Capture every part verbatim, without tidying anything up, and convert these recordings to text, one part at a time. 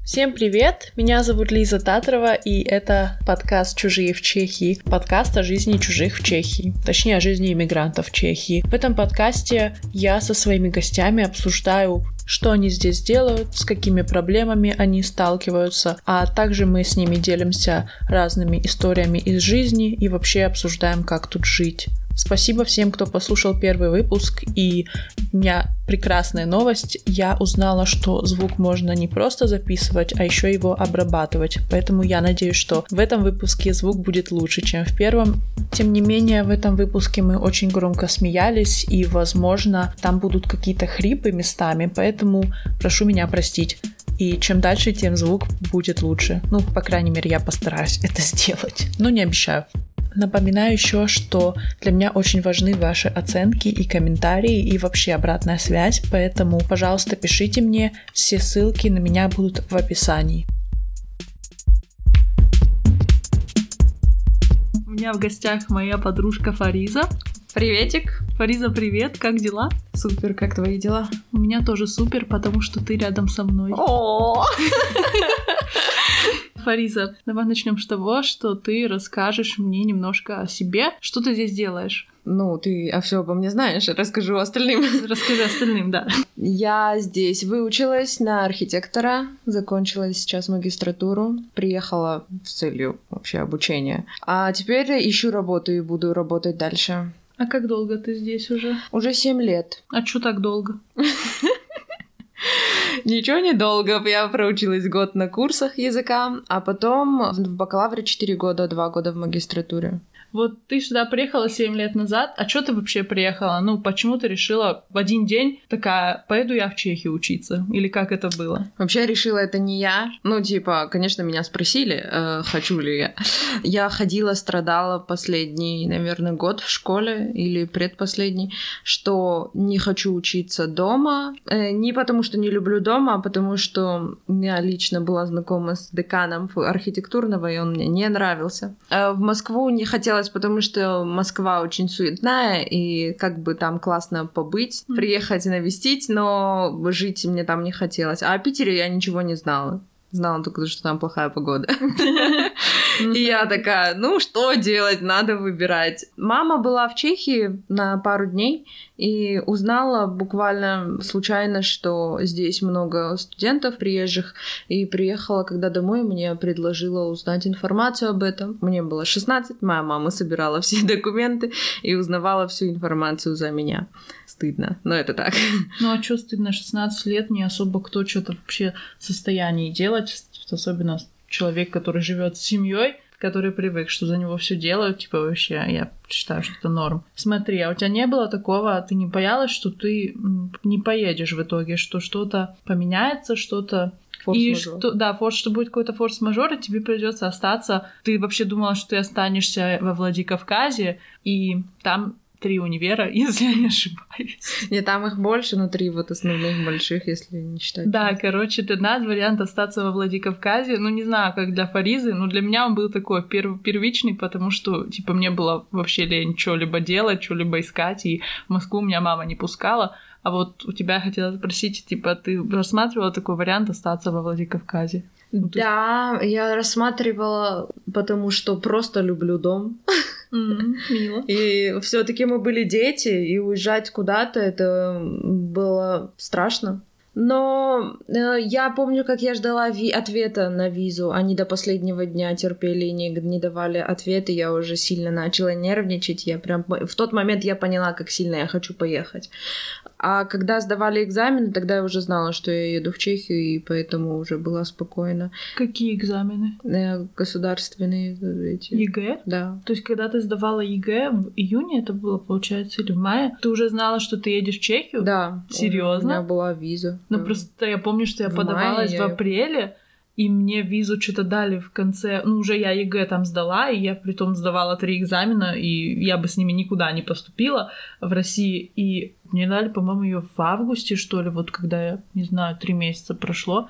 Всем привет! Меня зовут Лиза Татрова, и это подкаст «Чужие в Чехии», подкаст о жизни чужих в Чехии, точнее о жизни иммигрантов в Чехии. В этом подкасте я со своими гостями обсуждаю, что они здесь делают, с какими проблемами они сталкиваются, а также мы с ними делимся разными историями из жизни и вообще обсуждаем, как тут жить. Спасибо всем, кто послушал первый выпуск, и у меня прекрасная новость. Я узнала, что звук можно не просто записывать, а еще его обрабатывать. Поэтому я надеюсь, что в этом выпуске звук будет лучше, чем в первом. Тем не менее, в этом выпуске мы очень громко смеялись, и, возможно, там будут какие-то хрипы местами, поэтому прошу меня простить. И чем дальше, тем звук будет лучше. Ну, по крайней мере, я постараюсь это сделать, но не обещаю. Напоминаю еще, что для меня очень важны ваши оценки и комментарии, и вообще обратная связь, поэтому, пожалуйста, пишите мне, все ссылки на меня будут в описании. У меня в гостях моя подружка Фариза. Приветик. Фариза, привет, как дела? Супер, как твои дела? У меня тоже супер, потому что ты рядом со мной. О! Фариза, давай начнем с того, что ты расскажешь мне немножко о себе. Что ты здесь делаешь? Ну, ты а все обо мне знаешь, расскажу остальным. Расскажи остальным, да. Я здесь выучилась на архитектора, закончила сейчас магистратуру, приехала с целью вообще обучения. А теперь ищу работу и буду работать дальше. А как долго ты здесь уже? Уже семь лет. А чё так долго? Ничего не долго. Я проучилась год на курсах языка, а потом в бакалавре четыре года, два года в магистратуре. Вот ты сюда приехала семь лет назад, а чё ты вообще приехала? Ну, почему ты решила в один день такая, поеду я в Чехию учиться? Или как это было? Вообще решила это не я. Ну, типа, конечно, меня спросили, э, хочу ли я. Я ходила, страдала последний, наверное, год в школе или предпоследний, что не хочу учиться дома. Э, не потому, что не люблю дома, а потому, что я лично была знакома с деканом архитектурного, и он мне не нравился. Э, в Москву не хотела, потому что Москва очень суетная, и как бы там классно побыть, mm. приехать и навестить, но жить мне там не хотелось. А о Питере я ничего не знала. Знала только, что там плохая погода. И я такая, ну что делать, надо выбирать. Мама была в Чехии на пару дней и узнала буквально случайно, что здесь много студентов приезжих, и приехала, когда домой, мне предложила узнать информацию об этом. Мне было шестнадцать, моя мама собирала все документы и узнавала всю информацию за меня. Стыдно, но это так. Ну а что стыдно, шестнадцать лет, не особо кто что-то вообще в состоянии делать, особенно человек, который живет с семьей, который привык, что за него все делают, типа вообще, я считаю, что это норм. Смотри, а у тебя не было такого, ты не боялась, что ты не поедешь в итоге, что что-то поменяется, что-то... И что, да, форс, что будет какой-то форс-мажор, и тебе придется остаться. Ты вообще думала, что ты останешься во Владикавказе, и там три универа, если я не ошибаюсь. Нет, там их больше, но три вот основных больших, если не считать. Да, короче, для нас вариант остаться во Владикавказе, ну, не знаю, как для Фаризы, но для меня он был такой перв- первичный, потому что, типа, мне было вообще лень что-либо делать, что-либо искать, и в Москву меня мама не пускала. А вот у тебя я хотела спросить, типа, ты рассматривала такой вариант остаться во Владикавказе? Ну, да, есть... я рассматривала, потому что просто люблю дом. Mm-hmm, мило. И все-таки мы были дети, и уезжать куда-то это было страшно. Но э, я помню, как я ждала ви- ответа на визу. Они до последнего дня терпели и не, не давали ответа. Я уже сильно начала нервничать. Я прям... В тот момент я поняла, как сильно я хочу поехать. А когда сдавали экзамены, тогда я уже знала, что я еду в Чехию, и поэтому уже была спокойна. Какие экзамены? Э, государственные эти. ЕГЭ? Да. То есть, когда ты сдавала ЕГЭ в июне, это было, получается, или в мае, ты уже знала, что ты едешь в Чехию? Да. Серьезно? У меня была виза. Ну, да. просто я помню, что я в подавалась мае в я... апреле, и мне визу что-то дали в конце... Ну, уже я ЕГЭ там сдала, и я притом сдавала три экзамена, и я бы с ними никуда не поступила в России. И мне дали, по-моему, ее в августе, что ли, вот когда я, не знаю, три месяца прошло.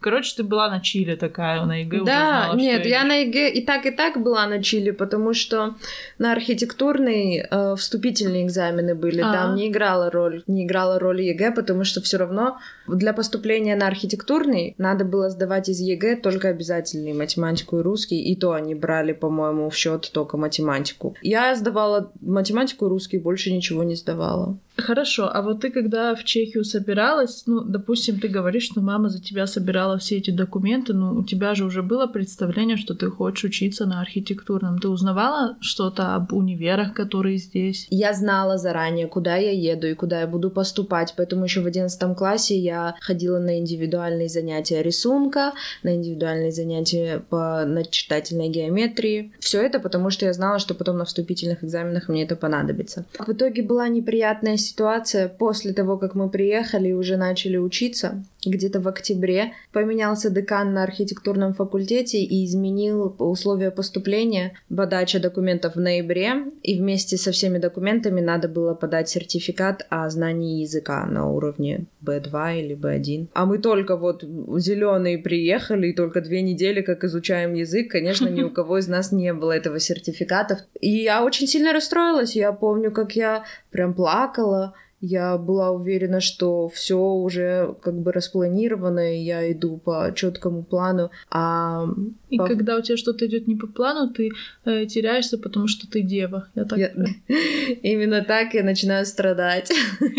Короче, ты была на чиле такая, на ЕГЭ да, уже знала, нет, что я идешь. на ЕГЭ и так, и так была на чиле, потому что на архитектурный э, вступительные экзамены были, А-а. Там не играла роль, не играла роль ЕГЭ, потому что все равно для поступления на архитектурный надо было сдавать из ЕГЭ только обязательные математику и русский, и то они брали, по-моему, в счет только математику. Я сдавала математику и русский, больше ничего не сдавала. Хорошо, а вот ты когда в Чехию собиралась, ну, допустим, ты говоришь, что мама за тебя собирала все эти документы, ну, у тебя же уже было представление, что ты хочешь учиться на архитектурном. Ты узнавала что-то об универах, которые здесь? Я знала заранее, куда я еду и куда я буду поступать, поэтому еще в одиннадцатом классе я ходила на индивидуальные занятия рисунка, на индивидуальные занятия по начертательной геометрии. Все это потому, что я знала, что потом на вступительных экзаменах мне это понадобится. В итоге была неприятная ситуация. После того, как мы приехали и уже начали учиться, где-то в октябре поменялся декан на архитектурном факультете и изменил условия поступления. Подача документов в ноябре, и вместе со всеми документами надо было подать сертификат о знании языка на уровне бэ два или бэ один. А мы только вот зеленые приехали, и только две недели как изучаем язык. Конечно, ни у кого из нас не было этого сертификата. И я очень сильно расстроилась. Я помню, как я прям плакала. Я была уверена, что все уже как бы распланировано, и я иду по четкому плану. А и по... когда у тебя что-то идет не по плану, ты э, теряешься, потому что ты дева. Я так... я... Именно так я начинаю страдать.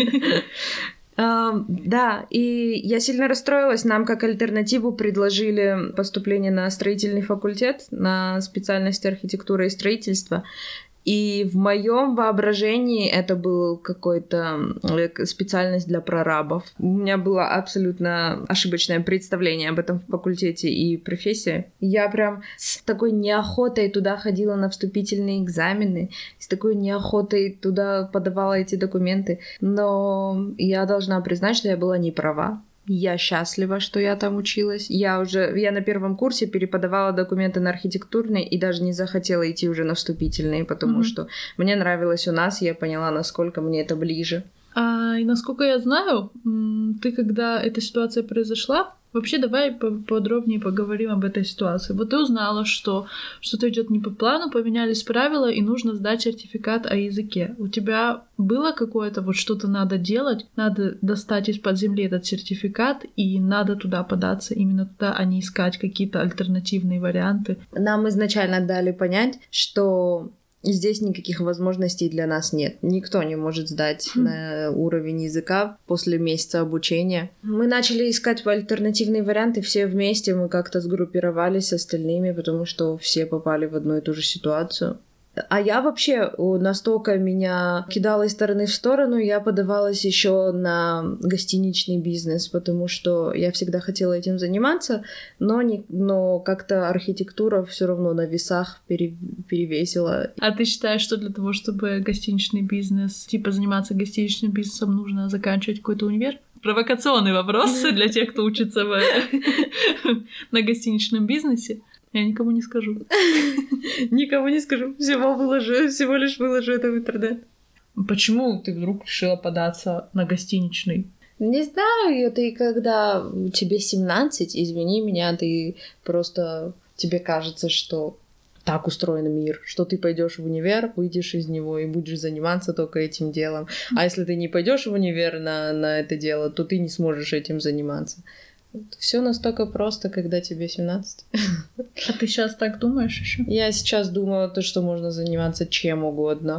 Uh, да, и я сильно расстроилась. Нам как альтернативу предложили поступление на строительный факультет, на специальность архитектура и строительство. И в моем воображении это был какой-то специальность для прорабов. У меня было абсолютно ошибочное представление об этом факультете и профессии. Я прям с такой неохотой туда ходила на вступительные экзамены, с такой неохотой туда подавала эти документы. Но я должна признать, что я была не права. Я счастлива, что я там училась. Я уже, я на первом курсе переподавала документы на архитектурный и даже не захотела идти уже на вступительные, потому mm-hmm. что мне нравилось у нас, и я поняла, насколько мне это ближе. А, и насколько я знаю, ты, когда эта ситуация произошла, вообще давай подробнее поговорим об этой ситуации. Вот ты узнала, что что-то идет не по плану, поменялись правила, и нужно сдать сертификат о языке. У тебя было какое-то вот что-то надо делать, надо достать из-под земли этот сертификат, и надо туда податься, именно туда, а не искать какие-то альтернативные варианты? Нам изначально дали понять, что здесь никаких возможностей для нас нет. Никто не может сдать mm. на уровень языка после месяца обучения. Мы начали искать альтернативные варианты все вместе. Мы как-то сгруппировались с остальными, потому что все попали в одну и ту же ситуацию. А я вообще настолько меня кидала из стороны в сторону, я подавалась еще на гостиничный бизнес, потому что я всегда хотела этим заниматься, но, не, но как-то архитектура все равно на весах пере, перевесила. А ты считаешь, что для того, чтобы гостиничный бизнес, типа заниматься гостиничным бизнесом, нужно заканчивать какой-то универ? Провокационный вопрос для тех, кто учится на гостиничном бизнесе. Я никому не скажу. Никому не скажу. Всего выложу, всего лишь выложу это в интернет. Почему ты вдруг решила податься на гостиничный? Не знаю, ты когда тебе семнадцать, извини меня, ты просто... Тебе кажется, что так устроен мир, что ты пойдешь в универ, выйдешь из него и будешь заниматься только этим делом. А если ты не пойдешь в универ на, на это дело, то ты не сможешь этим заниматься. Все настолько просто, когда тебе семнадцать. А ты сейчас так думаешь еще? Я сейчас думаю, то, что можно заниматься чем угодно.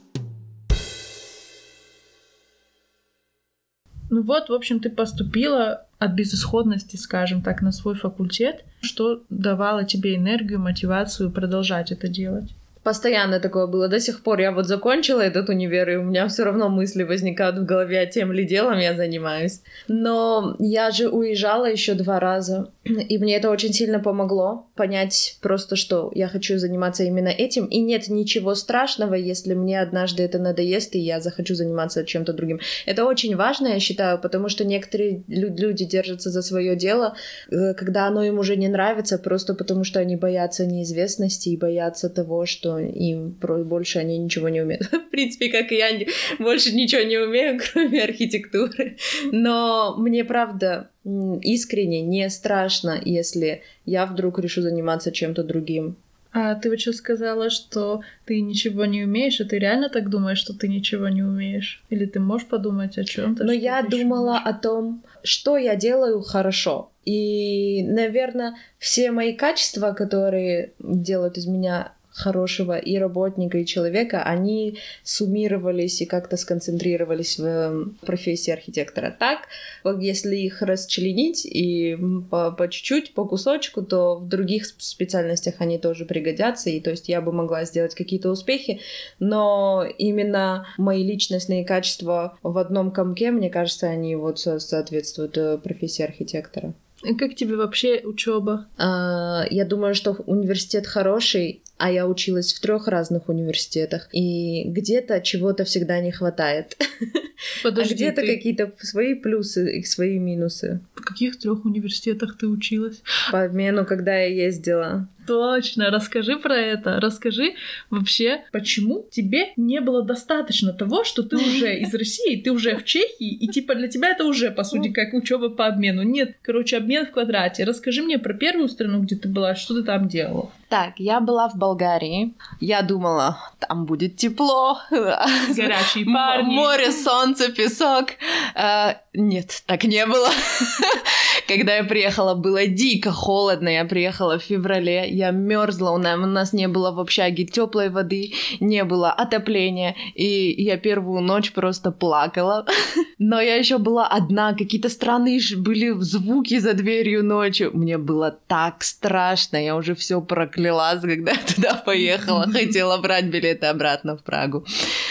Ну вот, в общем, ты поступила от безысходности, скажем так, на свой факультет. Что давало тебе энергию, мотивацию продолжать это делать? Постоянно такое было до сих пор. Я вот закончила этот универ, и у меня все равно мысли возникают в голове, а тем ли делом я занимаюсь. Но я же уезжала еще два раза, и мне это очень сильно помогло понять просто, что я хочу заниматься именно этим, и нет ничего страшного, если мне однажды это надоест, и я захочу заниматься чем-то другим. Это очень важно, я считаю, потому что некоторые люди держатся за свое дело, когда оно им уже не нравится, просто потому что они боятся неизвестности и боятся того, что что им больше они ничего не умеют. В принципе, как и я, больше ничего не умею, кроме архитектуры. Но мне, правда, искренне не страшно, если я вдруг решу заниматься чем-то другим. А ты вот сейчас сказала, что ты ничего не умеешь, а ты реально так думаешь, что ты ничего не умеешь? Или ты можешь подумать о чем-то? Но я думала о том, что я делаю хорошо. И, наверное, все мои качества, которые делают из меня хорошего и работника, и человека, они суммировались и как-то сконцентрировались в профессии архитектора. Так, если их расчленить и по, по чуть-чуть, по кусочку, то в других специальностях они тоже пригодятся, и то есть я бы могла сделать какие-то успехи, но именно мои личностные качества в одном комке, мне кажется, они вот соответствуют профессии архитектора. Как тебе вообще учеба? А, я думаю, что университет хороший, а я училась в трех разных университетах, и где-то чего-то всегда не хватает. Подожди, а где-то ты... какие-то свои плюсы и свои минусы. В каких трех университетах ты училась? По обмену, когда я ездила. Точно, расскажи про это. Расскажи вообще, почему тебе не было достаточно того, что ты уже из России, ты уже в Чехии, и типа для тебя это уже, по сути, как учеба по обмену. Нет, короче, обмен в квадрате. Расскажи мне про первую страну, где ты была, что ты там делала. Так, я была в Болгарии. Я думала, там будет тепло. Горячие парни. Море, солнце, песок. А, нет, так не было. Когда я приехала, было дико холодно. Я приехала в феврале. Я мерзла. У нас не было в общаге теплой воды, не было отопления. И я первую ночь просто плакала. Но я еще была одна. Какие-то странные были звуки за дверью ночью. Мне было так страшно. Я уже все проклялась, когда я туда поехала. Хотела брать билеты обратно в Прагу.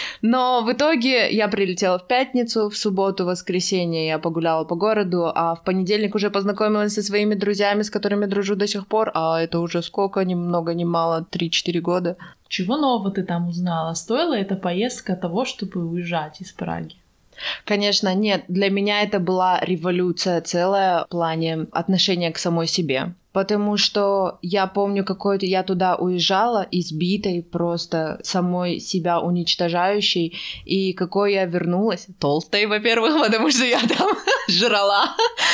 Но в итоге я прилетела в пятницу, в субботу, в воскресенье я погуляла по городу, а в понедельник уже познакомилась со своими друзьями, с которыми дружу до сих пор, а это уже сколько, ни много ни мало, три-четыре года. Чего нового ты там узнала? Стоила эта поездка того, чтобы уезжать из Праги? Конечно, нет. Для меня это была революция целая в плане отношения к самой себе. Потому что я помню, какой-то я туда уезжала избитой, просто самой себя уничтожающей, и какой я вернулась. Толстой, во-первых, потому что я там жрала,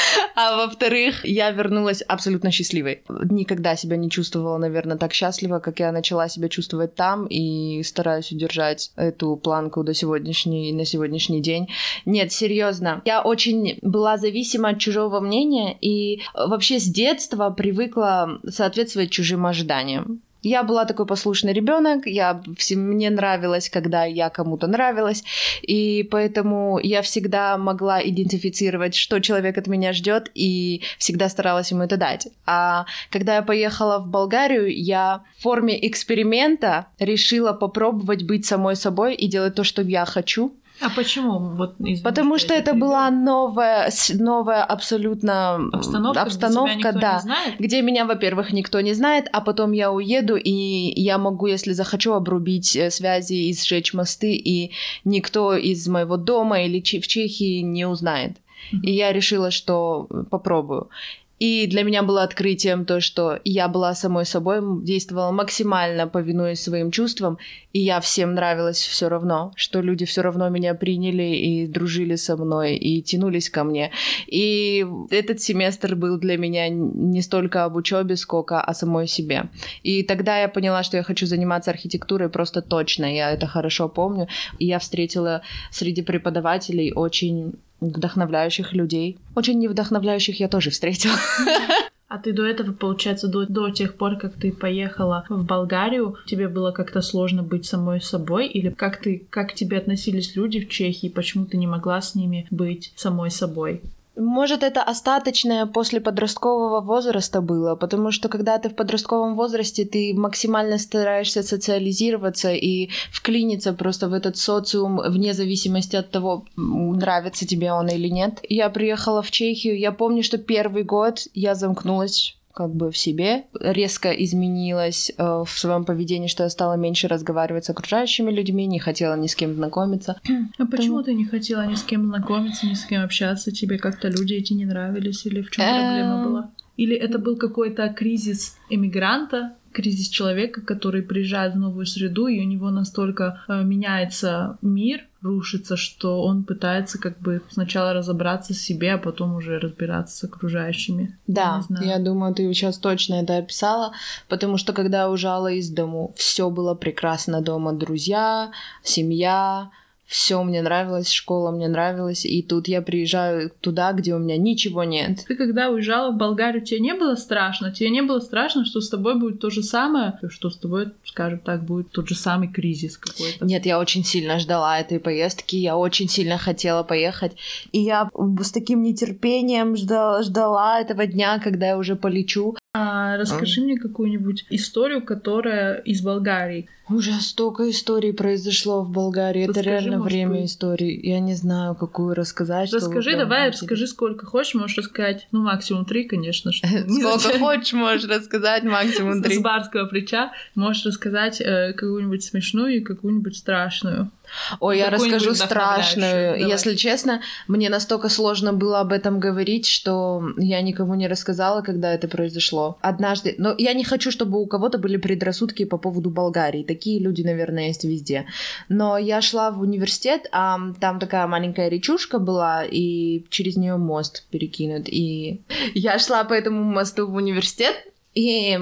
а во-вторых, я вернулась абсолютно счастливой. Никогда себя не чувствовала, наверное, так счастливо, как я начала себя чувствовать там, и стараюсь удержать эту планку до сегодняшней, на сегодняшний день. Нет, серьезно, я очень была зависима от чужого мнения, и вообще с детства при привыкла соответствовать чужим ожиданиям. Я была такой послушный ребенок, я, мне нравилось, когда я кому-то нравилась, и поэтому я всегда могла идентифицировать, что человек от меня ждет, и всегда старалась ему это дать. А когда я поехала в Болгарию, я в форме эксперимента решила попробовать быть самой собой и делать то, что я хочу. А почему? Вот, извините, Потому что это была новая, новая абсолютно обстановка, обстановка где, да, не знает? Где меня, во-первых, никто не знает, а потом я уеду, и я могу, если захочу, обрубить связи и сжечь мосты, и никто из моего дома или в Чехии не узнает. Mm-hmm. И я решила, что попробую. И для меня было открытием то, что я была самой собой, действовала максимально повинуясь своим чувствам, и я всем нравилась все равно, что люди все равно меня приняли и дружили со мной, и тянулись ко мне. И этот семестр был для меня не столько об учебе, сколько о самой себе. И тогда я поняла, что я хочу заниматься архитектурой просто точно, я это хорошо помню. И я встретила среди преподавателей очень вдохновляющих людей. Очень невдохновляющих я тоже встретила. А ты до этого, получается, до, до тех пор, как ты поехала в Болгарию, тебе было как-то сложно быть самой собой? Или как, ты, как к тебе относились люди в Чехии? Почему ты не могла с ними быть самой собой? Может, это остаточное после подросткового возраста было, потому что когда ты в подростковом возрасте, ты максимально стараешься социализироваться и вклиниться просто в этот социум вне зависимости от того, нравится тебе он или нет. Я приехала в Чехию, я помню, что первый год я замкнулась как бы в себе, резко изменилась э, в своем поведении, что я стала меньше разговаривать с окружающими людьми, не хотела ни с кем знакомиться. А почему Потому... ты не хотела ни с кем знакомиться, ни с кем общаться? Тебе как-то люди эти не нравились? Или в чем проблема была? Или это был какой-то кризис эмигранта, кризис человека, который приезжает в новую среду, и у него настолько э, меняется мир, рушится, что он пытается как бы сначала разобраться в себе, а потом уже разбираться с окружающими. Да, я, я думаю, ты сейчас точно это описала, потому что когда я уезжала из дому, все было прекрасно дома, друзья, семья, все мне нравилось, школа мне нравилась, и тут я приезжаю туда, где у меня ничего нет. Ты когда уезжала в Болгарию, тебе не было страшно? Тебе не было страшно, что с тобой будет то же самое, что с тобой, скажем так, будет тот же самый кризис какой-то? Нет, я очень сильно ждала этой поездки, я очень сильно хотела поехать, и я с таким нетерпением ждала, ждала этого дня, когда я уже полечу. А расскажи mm. мне какую-нибудь историю, которая из Болгарии. Уже столько историй произошло в Болгарии. Расскажи, это реально время быть. Историй. Я не знаю, какую рассказать. Расскажи, давай, интересно. Расскажи, сколько хочешь, можешь рассказать. Ну, максимум три, конечно. Сколько хочешь, можешь рассказать, максимум три. С барского плеча можешь рассказать э, какую-нибудь смешную и какую-нибудь страшную. Ой, я расскажу страшную. Давай. Если честно, мне настолько сложно было об этом говорить, что я никому не рассказала, когда это произошло. Однажды... Но я не хочу, чтобы у кого-то были предрассудки по поводу Болгарии. Такие люди, наверное, есть везде. Но я шла в университет, а там такая маленькая речушка была, и через нее мост перекинут. И я шла по этому мосту в университет, и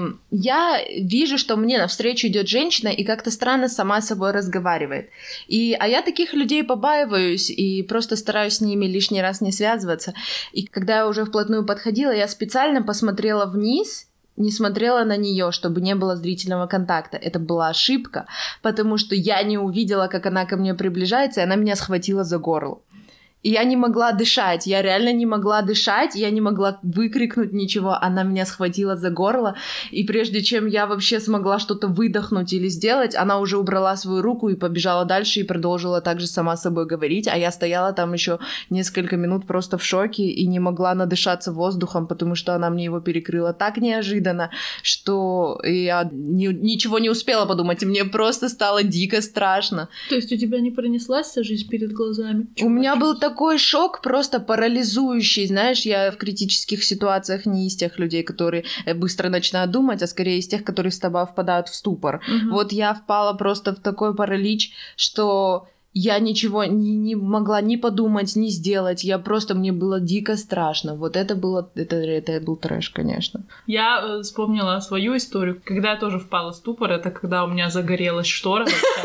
я вижу, что мне навстречу идет женщина и как-то странно сама с собой разговаривает. И, а я таких людей побаиваюсь и просто стараюсь с ними лишний раз не связываться. И когда я уже вплотную подходила, я специально посмотрела вниз, не смотрела на нее, чтобы не было зрительного контакта. Это была ошибка, потому что я не увидела, как она ко мне приближается, и она меня схватила за горло. И я не могла дышать, я реально не могла дышать, я не могла выкрикнуть ничего, она меня схватила за горло, и прежде чем я вообще смогла что-то выдохнуть или сделать, она уже убрала свою руку и побежала дальше и продолжила также сама с собой говорить, а я стояла там еще несколько минут просто в шоке и не могла надышаться воздухом, потому что она мне его перекрыла так неожиданно, что я ни, ничего не успела подумать, и мне просто стало дико страшно. То есть у тебя не пронеслась вся жизнь перед глазами? У меня был такой Такой шок просто парализующий, знаешь, я в критических ситуациях не из тех людей, которые быстро начинают думать, а скорее из тех, которые с тобой впадают в ступор. Mm-hmm. Вот я впала просто в такой паралич, что я ничего не, не могла ни подумать, ни сделать, я просто, мне было дико страшно. Вот это было, это, это был трэш, конечно. Я э, вспомнила свою историю, когда я тоже впала в ступор, это когда у меня загорелась штора.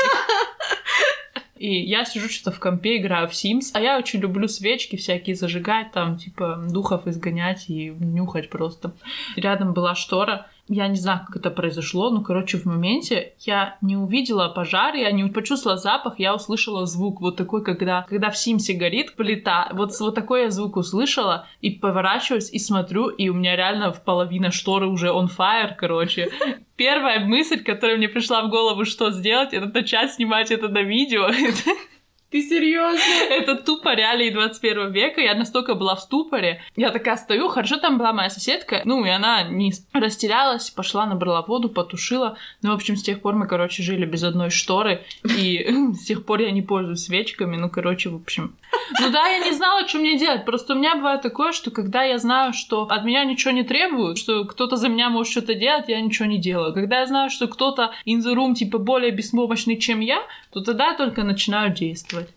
И я сижу что-то в компе, играю в Sims, а я очень люблю свечки всякие зажигать, там, типа, духов изгонять и нюхать просто. Рядом была штора. Я не знаю, как это произошло, но, короче, в моменте я не увидела пожар, я не почувствовала запах, я услышала звук вот такой, когда, когда в Симсе горит плита. Вот, вот такой я звук услышала, и поворачиваюсь, и смотрю, и у меня реально половина шторы уже on fire, короче. Первая мысль, которая мне пришла в голову, что сделать, это начать снимать это на видео. Ты серьезно? Это тупо реалии двадцать первого века. Я настолько была в ступоре. Я такая стою, хорошо, там была моя соседка. Ну, и она не растерялась, пошла, набрала воду, потушила. Ну, в общем, с тех пор мы, короче, жили без одной шторы. И с тех пор я не пользуюсь свечками. Ну, короче, в общем... Ну да, я не знала, что мне делать. Просто у меня бывает такое, что когда я знаю, что от меня ничего не требуют, что кто-то за меня может что-то делать, я ничего не делаю. Когда я знаю, что кто-то in the room, типа, более беспомощный, чем я, то тогда я только начинаю действовать.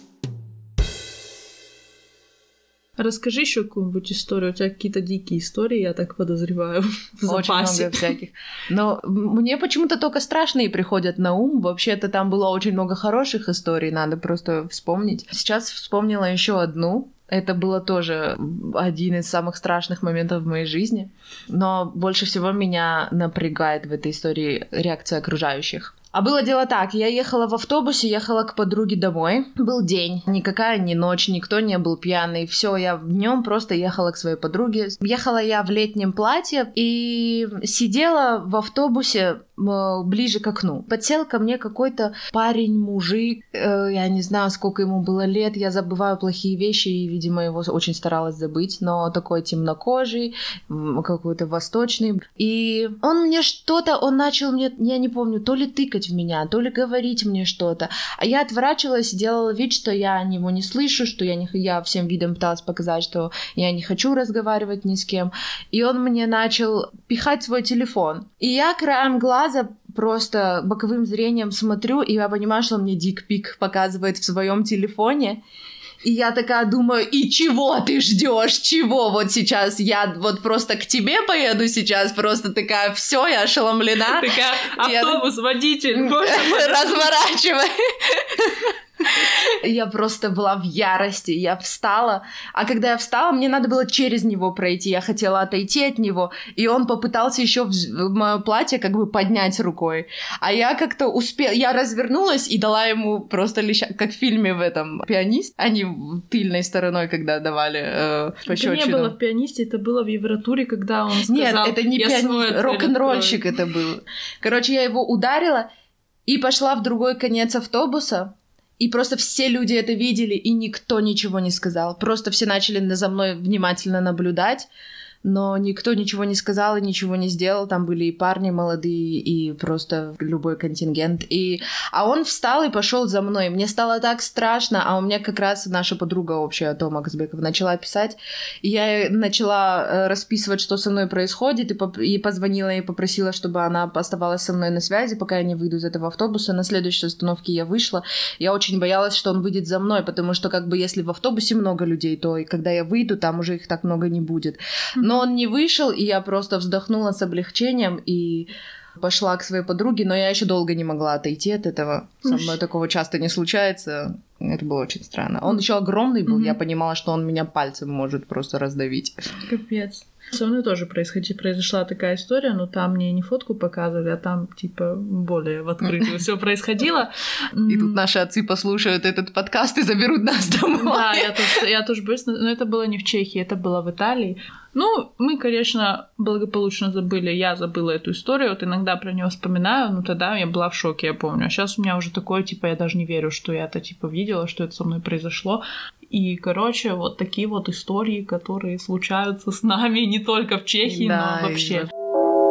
Расскажи еще какую-нибудь историю. У тебя какие-то дикие истории, я так подозреваю, в запасе. Очень много всяких. Но мне почему-то только страшные приходят на ум. Вообще-то там было очень много хороших историй, надо просто вспомнить. Сейчас вспомнила еще одну. Это было тоже один из самых страшных моментов в моей жизни. Но больше всего меня напрягает в этой истории реакция окружающих. А было дело так, я ехала в автобусе, ехала к подруге домой. Был день, никакая не ночь, никто не был пьяный. Все, я в нем просто ехала к своей подруге. Ехала я в летнем платье и сидела в автобусе ближе к окну. Подсел ко мне какой-то парень-мужик, э, я не знаю, сколько ему было лет, я забываю плохие вещи, и, видимо, его очень старалась забыть, но такой темнокожий, какой-то восточный. И он мне что-то, он начал мне, я не помню, то ли тыкать в меня, то ли говорить мне что-то. А я отворачивалась, делала вид, что я его не слышу, что я, не, я всем видом пыталась показать, что я не хочу разговаривать ни с кем. И он мне начал пихать свой телефон. И я краем глаза просто боковым зрением смотрю, и я понимаю, что он мне дикпик показывает в своем телефоне. И я такая думаю, и чего ты ждешь? Чего вот сейчас? Я вот просто к тебе поеду сейчас, просто такая, все, я ошеломлена. Такая, автобус, водитель, разворачивай. Я просто была в ярости, я встала, а когда я встала, мне надо было через него пройти, я хотела отойти от него, и он попытался еще в мое платье как бы поднять рукой, а я как-то успела, я развернулась и дала ему просто леща, как в фильме в этом «Пианист», они тыльной стороной, когда давали э, пощечину. Это не было в «Пианисте», это было в «Евротуре», когда он сказал... Нет, это не пианист, рок-н-ролльщик это был. Короче, я его ударила и пошла в другой конец автобуса. И просто все люди это видели, и никто ничего не сказал. Просто все начали за мной внимательно наблюдать, но никто ничего не сказал и ничего не сделал. Там были и парни молодые, и просто любой контингент. И... А он встал и пошел за мной. Мне стало так страшно, а у меня как раз наша подруга общая, Тома Казбекова, начала писать. И я начала расписывать, что со мной происходит, и, поп... и позвонила и попросила, чтобы она оставалась со мной на связи, пока я не выйду из этого автобуса. На следующей остановке я вышла. Я очень боялась, что он выйдет за мной, потому что как бы если в автобусе много людей, то и когда я выйду, там уже их так много не будет. Но он не вышел, и я просто вздохнула с облегчением и пошла к своей подруге, но я еще долго не могла отойти от этого. Со мной такого часто не случается. Это было очень странно. Он еще огромный был, mm-hmm. я понимала, что он меня пальцем может просто раздавить. Капец. Со мной тоже происходи, произошла такая история, но там мне не фотку показывали, а там, типа, более в открытую все происходило. И тут наши отцы послушают этот подкаст и заберут нас домой. Да, я тоже, я тоже боюсь, но это было не в Чехии, это было в Италии. Ну, мы, конечно, благополучно забыли, я забыла эту историю, вот иногда про нее вспоминаю, но тогда я была в шоке, я помню. А сейчас у меня уже такое, типа, я даже не верю, что я это, типа, видела, что это со мной произошло. И, короче, вот такие вот истории, которые случаются с нами не только в Чехии, да, но вообще. И...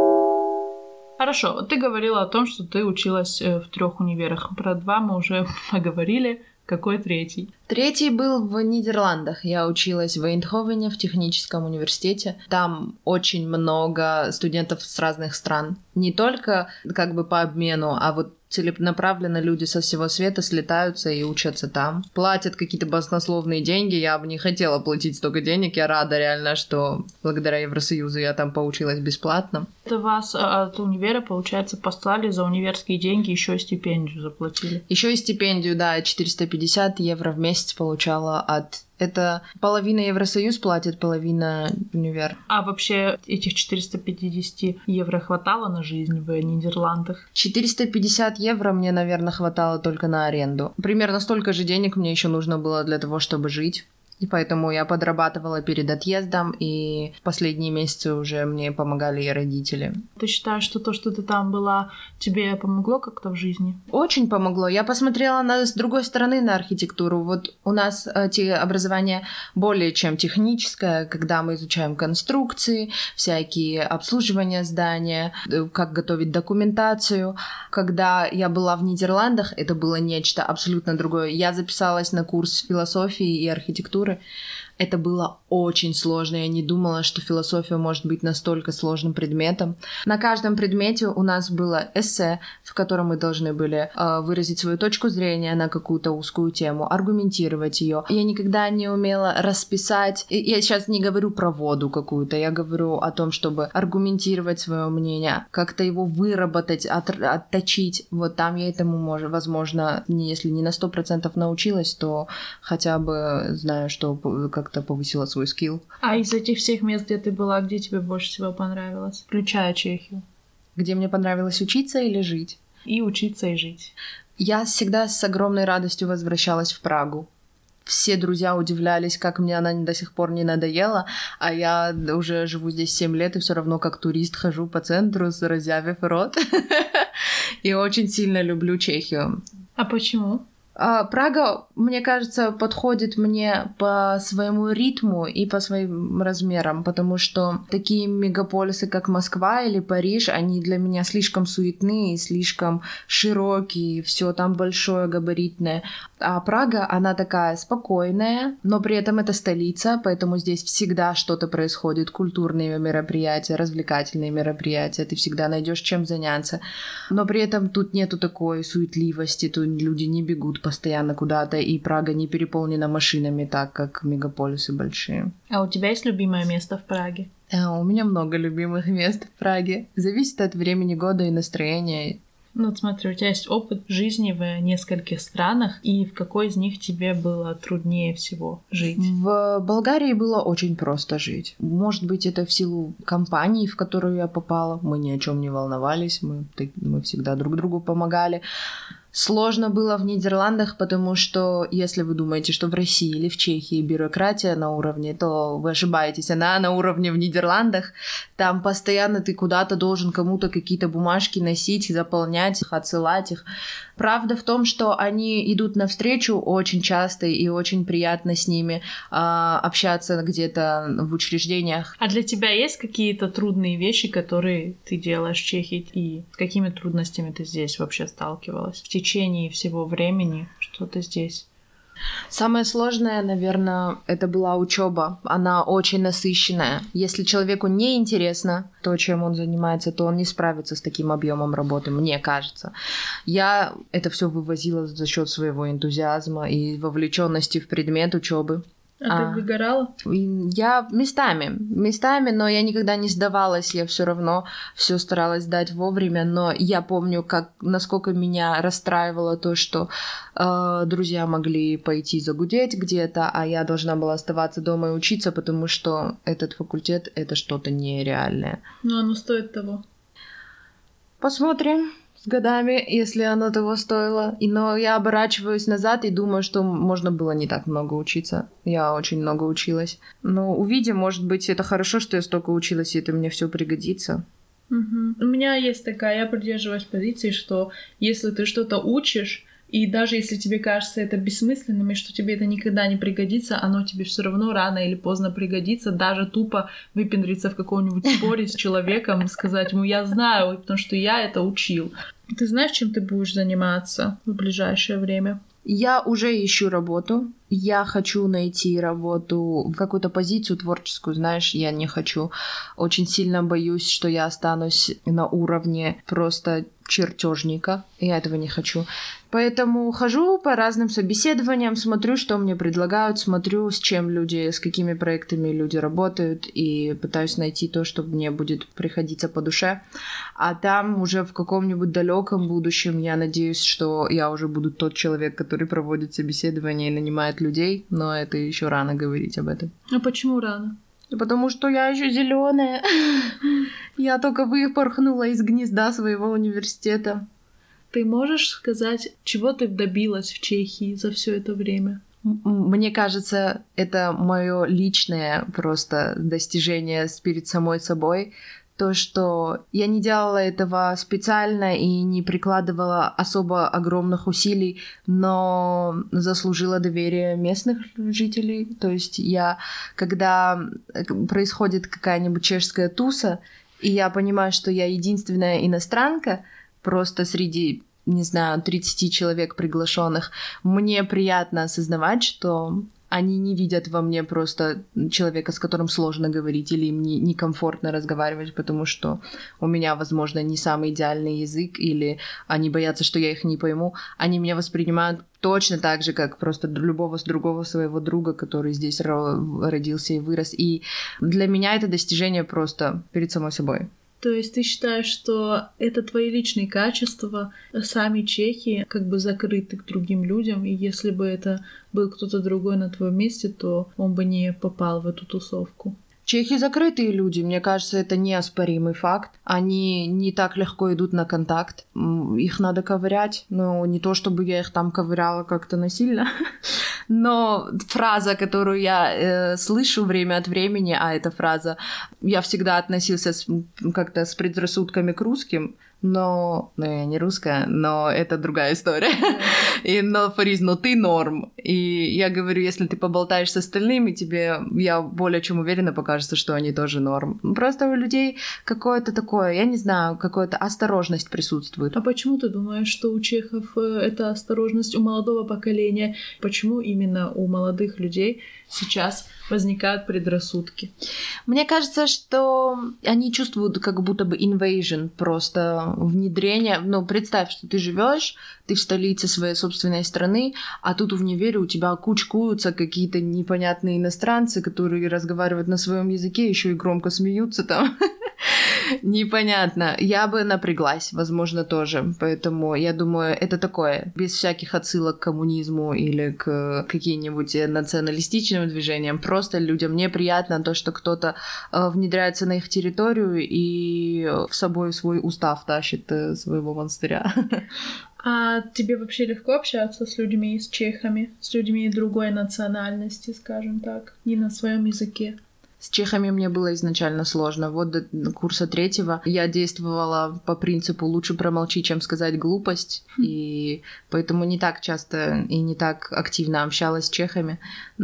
Хорошо, вот ты говорила о том, что ты училась в трех универах. Про два мы уже поговорили. Какой третий? Третий был в Нидерландах. Я училась в Эйндховене в техническом университете. Там очень много студентов с разных стран. Не только как бы по обмену, а вот целенаправленно люди со всего света слетаются и учатся там. Платят какие-то баснословные деньги. Я бы не хотела платить столько денег. Я рада реально, что благодаря Евросоюзу я там поучилась бесплатно. Это вас от универа, получается, послали за универские деньги, еще и стипендию заплатили? Еще и стипендию, да, четыреста пятьдесят евро в месяц получала от... Это половина Евросоюз платит, половина универ. А вообще этих четыреста пятьдесят евро хватало на жизнь в Нидерландах? четыреста пятьдесят евро мне, наверное, хватало только на аренду. Примерно столько же денег мне еще нужно было для того, чтобы жить. И поэтому я подрабатывала перед отъездом, и в последние месяцы уже мне помогали и родители. Ты считаешь, что то, что ты там была, тебе помогло как-то в жизни? Очень помогло. Я посмотрела на, с другой стороны на архитектуру. Вот у нас эти образование более чем техническое, когда мы изучаем конструкции, всякие обслуживания здания, как готовить документацию. Когда я была в Нидерландах, это было нечто абсолютно другое. Я записалась на курс философии и архитектуры. Это было очень сложно. Я не думала, что философия может быть настолько сложным предметом. На каждом предмете у нас было эссе, в котором мы должны были э, выразить свою точку зрения на какую-то узкую тему, аргументировать ее. Я никогда не умела расписать. Я сейчас не говорю про воду какую-то, я говорю о том, чтобы аргументировать свое мнение, как-то его выработать, от, отточить. Вот там я этому, может, возможно, не, если не на сто процентов научилась, то хотя бы знаю, что как-то повысила свой скилл. А из этих всех мест, где ты была, где тебе больше всего понравилось, включая Чехию? Где мне понравилось учиться или жить? И учиться, и жить. Я всегда с огромной радостью возвращалась в Прагу. Все друзья удивлялись, как мне она до сих пор не надоела, а я уже живу здесь семь лет и все равно как турист хожу по центру, разъявив рот. и очень сильно люблю Чехию. А почему? Прага, мне кажется, подходит мне по своему ритму и по своим размерам, потому что такие мегаполисы, как Москва или Париж, они для меня слишком суетные, слишком широкие, все там большое, габаритное. А Прага, она такая спокойная, но при этом это столица, поэтому здесь всегда что-то происходит, культурные мероприятия, развлекательные мероприятия, ты всегда найдешь чем заняться. Но при этом тут нету такой суетливости, тут люди не бегут постоянно куда-то, и Прага не переполнена машинами так, как мегаполисы большие. А у тебя есть любимое место в Праге? А, у меня много любимых мест в Праге. Зависит от времени года и настроения. Ну, вот смотри, у тебя есть опыт жизни в нескольких странах, и в какой из них тебе было труднее всего жить? В Болгарии было очень просто жить. Может быть, это в силу компании, в которую я попала. Мы ни о чем не волновались, мы, мы всегда друг другу помогали. Сложно было в Нидерландах, потому что если вы думаете, что в России или в Чехии бюрократия на уровне, то вы ошибаетесь. Она на уровне в Нидерландах. Там постоянно ты куда-то должен кому-то какие-то бумажки носить, заполнять их, отсылать их. Правда в том, что они идут навстречу очень часто, и очень приятно с ними э, общаться где-то в учреждениях. А для тебя есть какие-то трудные вещи, которые ты делаешь в Чехии, и с какими трудностями ты здесь вообще сталкивалась в течение всего времени, что ты здесь? Самое сложное, наверное, это была учеба. Она очень насыщенная. Если человеку не интересно то, чем он занимается, то он не справится с таким объемом работы, мне кажется. Я это все вывозила за счет своего энтузиазма и вовлеченности в предмет учебы. А, а ты выгорала? Я местами, местами, но я никогда не сдавалась, я все равно все старалась сдать вовремя, но я помню, как, насколько меня расстраивало то, что э, друзья могли пойти загудеть где-то, а я должна была оставаться дома и учиться, потому что этот факультет — это что-то нереальное. Но оно стоит того. Посмотрим. С годами, если оно того стоило. И, но я оборачиваюсь назад и думаю, что можно было не так много учиться. Я очень много училась. Но увидим, может быть, это хорошо, что я столько училась, и это мне все пригодится. Угу. У меня есть такая, я придерживаюсь позиции, что если ты что-то учишь, и даже если тебе кажется это бессмысленным, и что тебе это никогда не пригодится, оно тебе все равно рано или поздно пригодится, даже тупо выпендриться в каком-нибудь споре с человеком, сказать ему «я знаю, потому что я это учил». Ты знаешь, чем ты будешь заниматься в ближайшее время? Я уже ищу работу. Я хочу найти работу, какую-то позицию творческую, знаешь, я не хочу. Очень сильно боюсь, что я останусь на уровне просто чертежника. Я этого не хочу. Поэтому хожу по разным собеседованиям, смотрю, что мне предлагают, смотрю, с чем люди, с какими проектами люди работают, и пытаюсь найти то, что мне будет приходиться по душе. А там уже в каком-нибудь далеком будущем я надеюсь, что я уже буду тот человек, который проводит собеседование и нанимает людей, но это еще рано говорить об этом. А почему рано? Потому что я еще зеленая. Я только выпорхнула из гнезда своего университета. Ты можешь сказать, чего ты добилась в Чехии за все это время? Мне кажется, это мое личное просто достижение перед самой собой. То, что я не делала этого специально и не прикладывала особо огромных усилий, но заслужила доверие местных жителей. То есть я, когда происходит какая-нибудь чешская туса, и я понимаю, что я единственная иностранка, просто среди, не знаю, тридцати человек приглашенных, мне приятно осознавать, что они не видят во мне просто человека, с которым сложно говорить, или им не, некомфортно разговаривать, потому что у меня, возможно, не самый идеальный язык, или они боятся, что я их не пойму. Они меня воспринимают точно так же, как просто любого другого своего друга, который здесь родился и вырос. И для меня это достижение просто перед самой собой. То есть ты считаешь, что это твои личные качества, сами чехи как бы закрыты к другим людям, и если бы это был кто-то другой на твоем месте, то он бы не попал в эту тусовку? Чехи закрытые люди, мне кажется, это неоспоримый факт. Они не так легко идут на контакт. Их надо ковырять. Ну, не то, чтобы я их там ковыряла как-то насильно. Но фраза, которую я э, слышу время от времени, а эта фраза, я всегда относился с, как-то с предрассудками к русским, но... Ну, я не русская, но это другая история. И, но, Фариз, но ты норм. И я говорю, если ты поболтаешь с остальными, тебе, я более чем уверена, покажется, что они тоже норм. Просто у людей какое-то такое, я не знаю, какая-то осторожность присутствует. А почему ты думаешь, что у чехов эта осторожность у молодого поколения? Почему именно у молодых людей сейчас возникают предрассудки? Мне кажется, что они чувствуют как будто бы invasion, просто внедрение. Ну, представь, что ты живешь, ты в столице своей собственной страны, а тут в универе у тебя кучкуются какие-то непонятные иностранцы, которые разговаривают на своем языке, еще и громко смеются там. Непонятно. Я бы напряглась, возможно, тоже. Поэтому я думаю, это такое, без всяких отсылок к коммунизму или к каким-нибудь националистичным движениям. Просто людям неприятно то, что кто-то э, внедряется на их территорию и в собой свой устав тащит э, своего монастыря. А тебе вообще легко общаться с людьми, с чехами, с людьми другой национальности, скажем так, не на своем языке? С чехами мне было изначально сложно. Вот до курса третьего я действовала по принципу «лучше промолчи, чем сказать глупость», mm. и поэтому не так часто и не так активно общалась с чехами.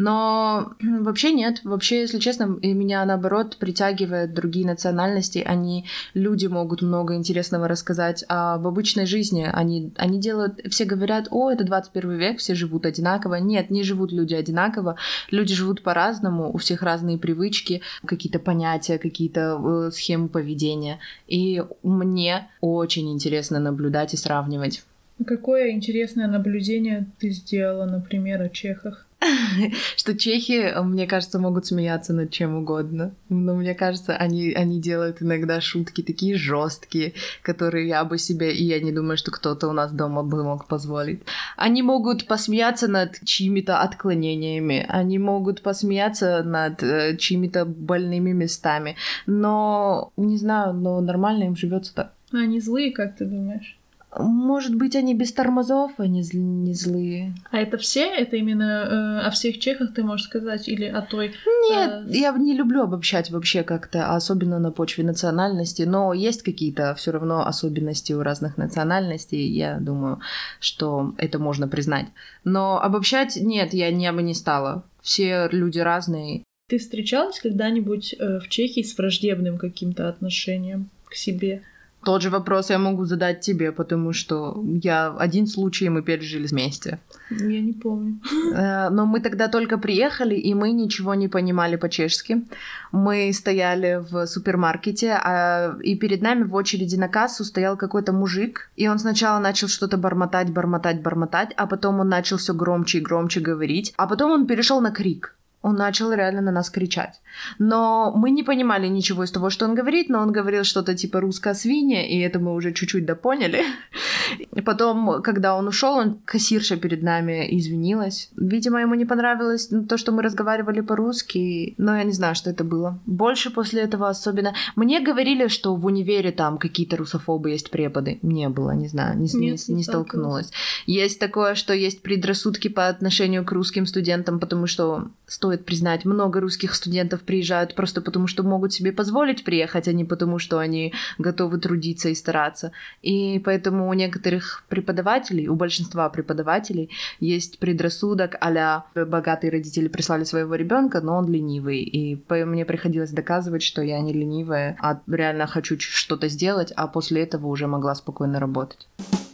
Но вообще нет. Вообще, если честно, меня, наоборот, притягивают другие национальности. Они, люди могут много интересного рассказать об обычной жизни. Они, они делают... Все говорят, о, это двадцать первый век, все живут одинаково. Нет, не живут люди одинаково. Люди живут по-разному, у всех разные привычки, какие-то понятия, какие-то э, схемы поведения. И мне очень интересно наблюдать и сравнивать. Какое интересное наблюдение ты сделала, например, о чехах? Что чехи, мне кажется, могут смеяться над чем угодно. Но мне кажется, они, они делают иногда шутки такие жесткие, которые я бы себе, и я не думаю, что кто-то у нас дома бы мог позволить. Они могут посмеяться над чьими-то отклонениями, они могут посмеяться над э, чьими-то больными местами. Но, не знаю, но нормально им живется так. А они злые, как ты думаешь? Может быть, они без тормозов, они зл- не злые. А это все? Это именно э, о всех чехах ты можешь сказать? Или о той... Нет, э... я не люблю обобщать вообще как-то, особенно на почве национальности, но есть какие-то все равно особенности у разных национальностей, я думаю, что это можно признать. Но обобщать нет, я, я бы не стала. Все люди разные. Ты встречалась когда-нибудь э, в Чехии с враждебным каким-то отношением к себе? Тот же вопрос я могу задать тебе, потому что я один случай мы пережили вместе. Я не помню. Но мы тогда только приехали, и мы ничего не понимали по-чешски. Мы стояли в супермаркете, и перед нами в очереди на кассу стоял какой-то мужик, и он сначала начал что-то бормотать, бормотать, бормотать, а потом он начал все громче и громче говорить, а потом он перешел на крик. Он начал реально на нас кричать. Но мы не понимали ничего из того, что он говорит, но он говорил что-то типа «русская свинья», и это мы уже чуть-чуть допоняли. И потом, когда он ушел, он, кассирша перед нами извинилась. Видимо, ему не понравилось то, что мы разговаривали по-русски, но я не знаю, что это было. Больше после этого особенно... Мне говорили, что в универе там какие-то русофобы есть преподы. Не было, не знаю, не, Нет, не, не столкнулась. Есть такое, что есть предрассудки по отношению к русским студентам, потому что... Стоит признать, много русских студентов приезжают просто потому, что могут себе позволить приехать, а не потому, что они готовы трудиться и стараться. И поэтому у некоторых преподавателей, у большинства преподавателей есть предрассудок а-ля богатые родители прислали своего ребенка, но он ленивый. И мне приходилось доказывать, что я не ленивая, а реально хочу что-то сделать, а после этого уже могла спокойно работать.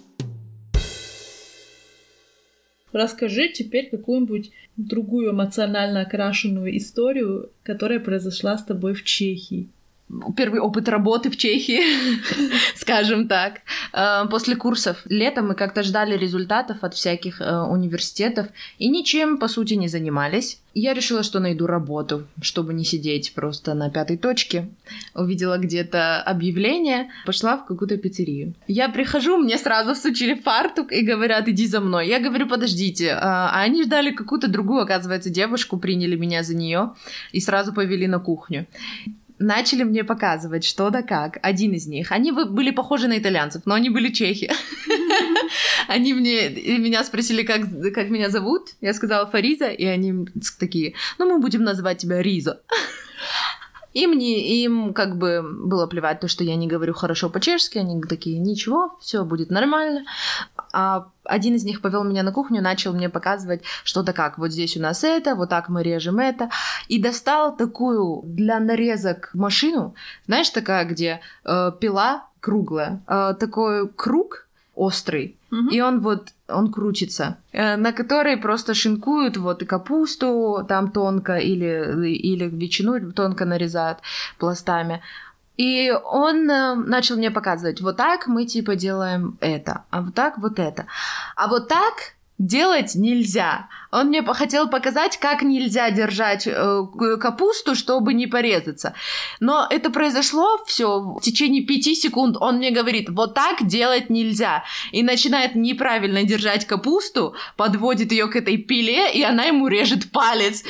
Расскажи теперь какую-нибудь другую эмоционально окрашенную историю, которая произошла с тобой в Чехии. Первый опыт работы в Чехии, скажем так. После курсов летом мы как-то ждали результатов от всяких университетов и ничем, по сути, не занимались. Я решила, что найду работу, чтобы не сидеть просто на пятой точке. Увидела где-то объявление, пошла в какую-то пиццерию. Я прихожу, мне сразу всучили фартук и говорят, иди за мной. Я говорю, подождите. А они ждали какую-то другую, оказывается, девушку, приняли меня за нее и сразу повели на кухню. Начали мне показывать, что да как. Один из них. Они были похожи на итальянцев, но они были чехи. Они мне, меня спросили, как, как меня зовут. Я сказала Фариза, и они такие, ну, мы будем называть тебя Риза. Им, не, им как бы было плевать то, что я не говорю хорошо по-чешски, они такие, ничего, все будет нормально. А один из них повел меня на кухню, начал мне показывать что-то как, вот здесь у нас это, вот так мы режем это, и достал такую для нарезок машину, знаешь, такая, где э, пила круглая, э, такой круг острый, mm-hmm. и он вот, он крутится, э, на которой просто шинкуют вот и капусту там тонко или, или ветчину тонко нарезают пластами. И он э, начал мне показывать, вот так мы типа делаем это, а вот так вот это. А вот так делать нельзя. Он мне хотел показать, как нельзя держать э, капусту, чтобы не порезаться. Но это произошло все в течение пяти секунд. Он мне говорит, вот так делать нельзя. И начинает неправильно держать капусту, подводит ее к этой пиле, и она ему режет палец.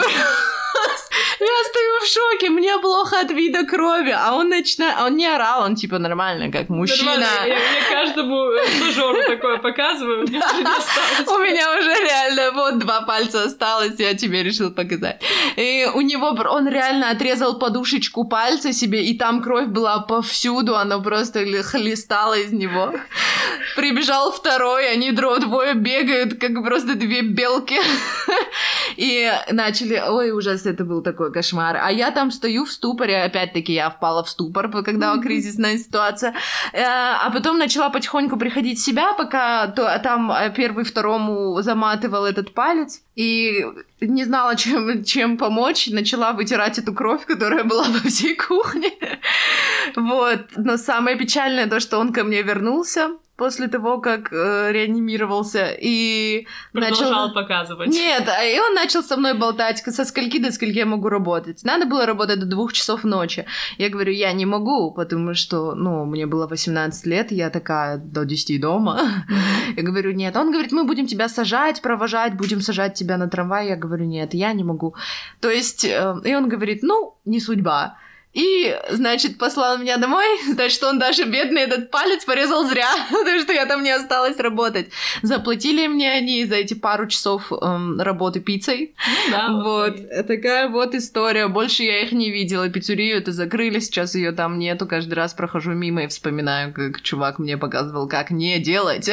Я стою в шоке, мне плохо от вида крови, а он начинает, он не орал, он типа нормально, как мужчина. Нормально. Я, я каждому стажёру такое показываю, мне уже не осталось. У меня уже реально вот два пальца осталось, я тебе решил показать. И у него, он реально отрезал подушечку пальца себе, и там кровь была повсюду, она просто хлестала из него. Прибежал второй, они двое бегают, как просто две белки. И начали, ой, ужас, это был такой кошмар. А я там стою в ступоре, опять-таки я впала в ступор, когда mm-hmm. кризисная ситуация. А потом начала потихоньку приходить в себя, пока там первый второму заматывал этот палец. И не знала, чем, чем помочь. Начала вытирать эту кровь, которая была во всей кухне. Вот. Но самое печальное то, что он ко мне вернулся после того, как э, реанимировался, и продолжал начал... показывать. Нет, и он начал со мной болтать, со скольки до скольки я могу работать. Надо было работать до двух часов ночи. Я говорю, я не могу, потому что, ну, мне было восемнадцать лет, я такая до десяти дома. Mm-hmm. Я говорю, нет. Он говорит, мы будем тебя сажать, провожать, будем сажать тебя на трамвай. Я говорю, нет, я не могу. То есть, э, и он говорит, ну, не судьба. И, значит, послал меня домой, значит, он даже бедный этот палец порезал зря, потому что я там не осталась работать. Заплатили мне они за эти пару часов эм, работы пиццей. Ну, да, вот, вот. Такая вот история. Больше я их не видела. Пиццерию это закрыли, сейчас ее там нету. Каждый раз прохожу мимо и вспоминаю, как чувак мне показывал, как не делать.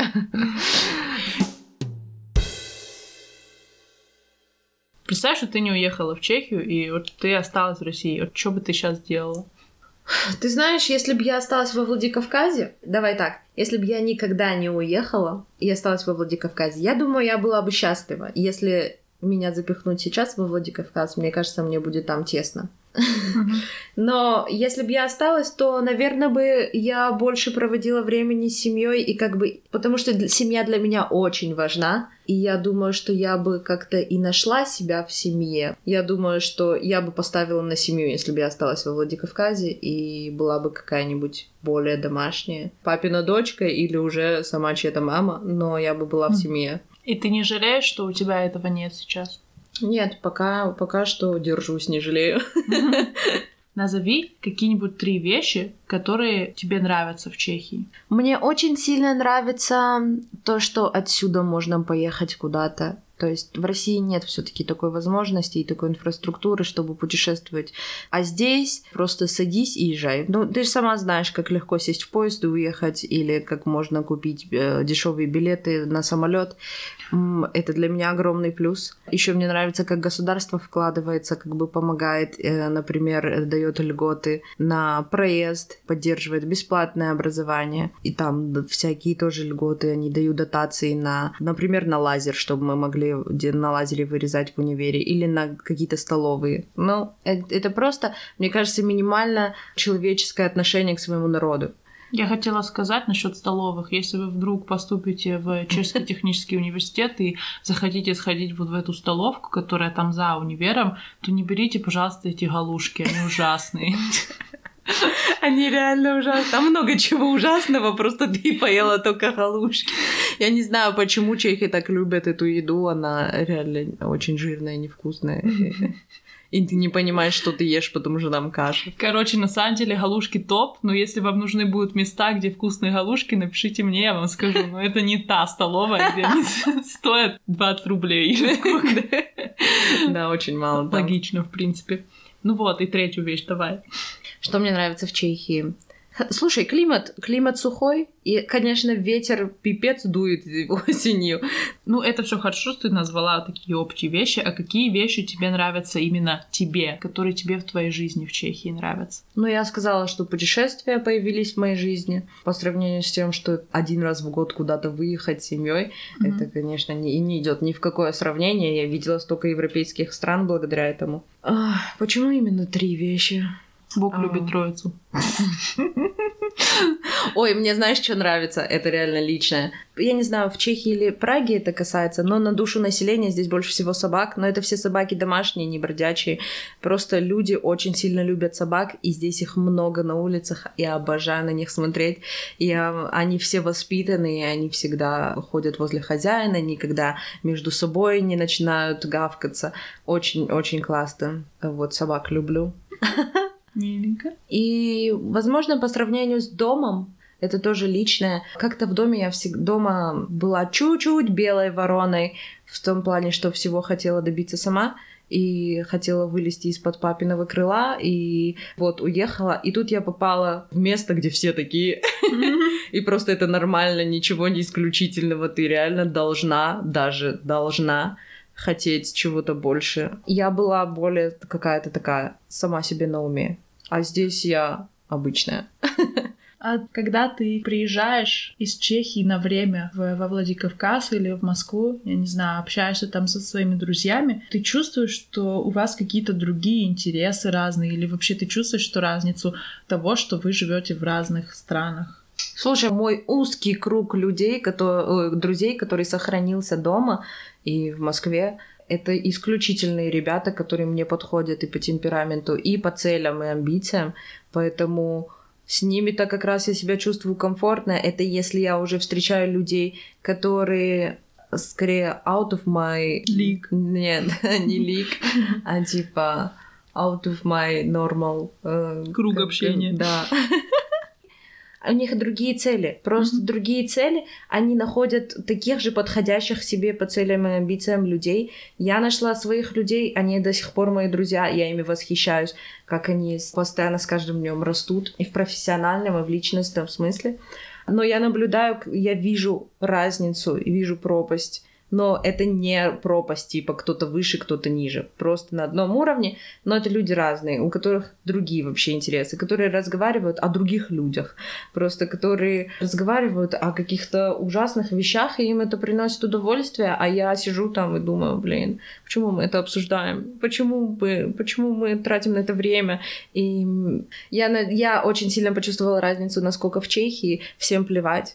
Представь, что ты не уехала в Чехию, и вот ты осталась в России. Вот что бы ты сейчас делала? Ты знаешь, если бы я осталась во Владикавказе... Давай так. Если бы я никогда не уехала и осталась во Владикавказе, я думаю, я была бы счастлива. Если меня запихнуть сейчас во Владикавказ, мне кажется, мне будет там тесно. Но если бы я осталась, то, наверное, бы я больше проводила времени с семьей, и как бы, потому что семья для меня очень важна, и я думаю, что я бы как-то и нашла себя в семье. Я думаю, что я бы поставила на семью, если бы я осталась во Владикавказе, и была бы какая-нибудь более домашняя папина дочка или уже сама чья-то мама, но я бы была в семье. И ты не жалеешь, что у тебя этого нет сейчас? Нет, пока, пока что держусь, не жалею. Назови какие-нибудь три вещи, которые тебе нравятся в Чехии. Мне очень сильно нравится то, что отсюда можно поехать куда-то. То есть в России нет все-таки такой возможности и такой инфраструктуры, чтобы путешествовать. А здесь просто садись и езжай. Ну, ты же сама знаешь, как легко сесть в поезд и уехать, или как можно купить э, дешевые билеты на самолет. Это для меня огромный плюс. Еще мне нравится, как государство вкладывается, как бы помогает, э, например, дает льготы на проезд, поддерживает бесплатное образование. И там всякие тоже льготы, они дают дотации на, например, на лазер, чтобы мы могли на лазере вырезать в универе, или на какие-то столовые. Ну, это просто, мне кажется, минимально человеческое отношение к своему народу. Я хотела сказать насчет столовых. Если вы вдруг поступите в Чешский технический университет и захотите сходить вот в эту столовку, которая там за универом, то не берите, пожалуйста, эти галушки, они ужасные. Они реально ужасные. Там много чего ужасного, просто ты поела только галушки. Я не знаю, почему чехи так любят эту еду, она реально очень жирная, невкусная. И ты не понимаешь, что ты ешь, потому что там каша. Короче, на самом деле галушки топ, но если вам нужны будут места, где вкусные галушки, напишите мне, я вам скажу. Но это не та столовая, где они стоят двадцать рублей или сколько. Да, очень мало. Логично, в принципе. Ну вот, и третью вещь давай. Что мне нравится в Чехии? Слушай, климат, климат сухой, и, конечно, ветер пипец дует осенью. Ну, это все хорошо, что ты назвала такие общие вещи, а какие вещи тебе нравятся именно тебе, которые тебе в твоей жизни в Чехии нравятся? Ну, я сказала, что путешествия появились в моей жизни, по сравнению с тем, что один раз в год куда-то выехать с семьей, mm-hmm. это, конечно, не, и не идет ни в какое сравнение. Я видела столько европейских стран благодаря этому. А, почему именно три вещи? Бог а... любит троицу. Ой, мне знаешь, что нравится? Это реально личное. Я не знаю, в Чехии или Праге это касается, но на душу населения здесь больше всего собак. Но это все собаки домашние, не бродячие. Просто люди очень сильно любят собак, и здесь их много на улицах. Я обожаю на них смотреть. И они все воспитанные, они всегда ходят возле хозяина, никогда между собой не начинают гавкаться. Очень-очень классно. Вот собак люблю. Миленько. И, возможно, по сравнению с домом, это тоже личное. Как-то в доме я всегда дома была чуть-чуть белой вороной, в том плане, что всего хотела добиться сама, и хотела вылезти из-под папиного крыла, и вот уехала. И тут я попала в место, где все такие. И просто это нормально, ничего не исключительного. Ты реально должна, даже должна хотеть чего-то больше. Я была более какая-то такая сама себе на уме. А здесь я обычная. А когда ты приезжаешь из Чехии на время в, во Владикавказ или в Москву, я не знаю, общаешься там со своими друзьями, ты чувствуешь, что у вас какие-то другие интересы разные, или вообще ты чувствуешь, что разницу того, что вы живете в разных странах? Слушай, мой узкий круг людей, которые, друзей, который сохранился дома и в Москве, это исключительные ребята, которые мне подходят и по темпераменту, и по целям, и амбициям. Поэтому с ними-то как раз я себя чувствую комфортно. Это если я уже встречаю людей, которые скорее out of my... League. Нет, не league, а типа out of my normal... Э, круг общения. Да. У них другие цели, просто mm-hmm. другие цели, они находят таких же подходящих себе по целям и амбициям людей. Я нашла своих людей, они до сих пор мои друзья, я ими восхищаюсь, как они постоянно с каждым днем растут и в профессиональном, и в личностном смысле. Но я наблюдаю, я вижу разницу, вижу пропасть. Но это не пропасть, типа кто-то выше, кто-то ниже. Просто на одном уровне. Но это люди разные, у которых другие вообще интересы, которые разговаривают о других людях. Просто которые разговаривают о каких-то ужасных вещах, и им это приносит удовольствие. А я сижу там и думаю, блин, почему мы это обсуждаем? Почему мы, почему мы тратим на это время? И я, я очень сильно почувствовала разницу, насколько в Чехии всем плевать.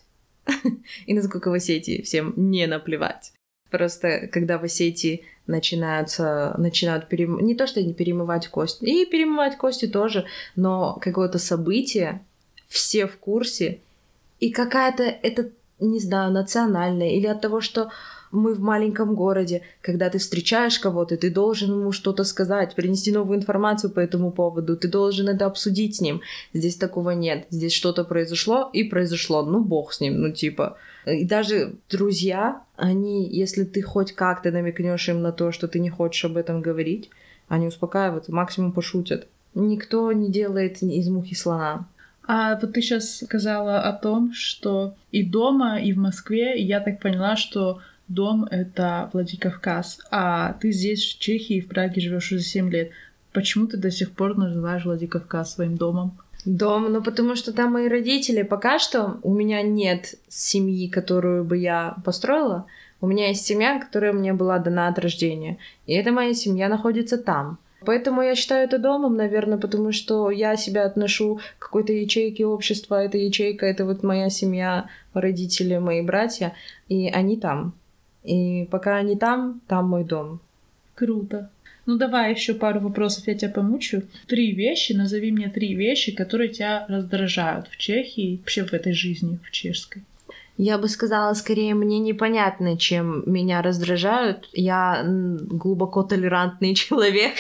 И насколько в Осетии всем не наплевать. Просто когда в Осетии начинаются, начинают перем... не то, что не перемывать кости, и перемывать кости тоже, но какое-то событие, все в курсе, и какая-то, это, не знаю, национальная, или от того, что мы в маленьком городе, когда ты встречаешь кого-то, ты должен ему что-то сказать, принести новую информацию по этому поводу, ты должен это обсудить с ним. Здесь такого нет. Здесь что-то произошло, и произошло. Ну, бог с ним, ну, типа. И даже друзья, они, если ты хоть как-то намекнешь им на то, что ты не хочешь об этом говорить, они успокаиваются, максимум пошутят. Никто не делает из мухи слона. А вот ты сейчас сказала о том, что и дома, и в Москве, и я так поняла, что дом — это Владикавказ, а ты здесь, в Чехии, в Праге живешь уже семь лет. Почему ты до сих пор называешь Владикавказ своим домом? Дом, ну потому что там мои родители. Пока что у меня нет семьи, которую бы я построила. У меня есть семья, которая мне была дана от рождения. И эта моя семья находится там. Поэтому я считаю это домом, наверное, потому что я себя отношу к какой-то ячейке общества. Эта ячейка — это вот моя семья, родители, мои братья, и они там. И пока они там, там мой дом. Круто. Ну давай еще пару вопросов, я тебя помучу. Три вещи, назови мне три вещи, которые тебя раздражают в Чехии, вообще в этой жизни, в чешской. Я бы сказала, скорее, мне непонятно, чем меня раздражают. Я глубоко толерантный человек,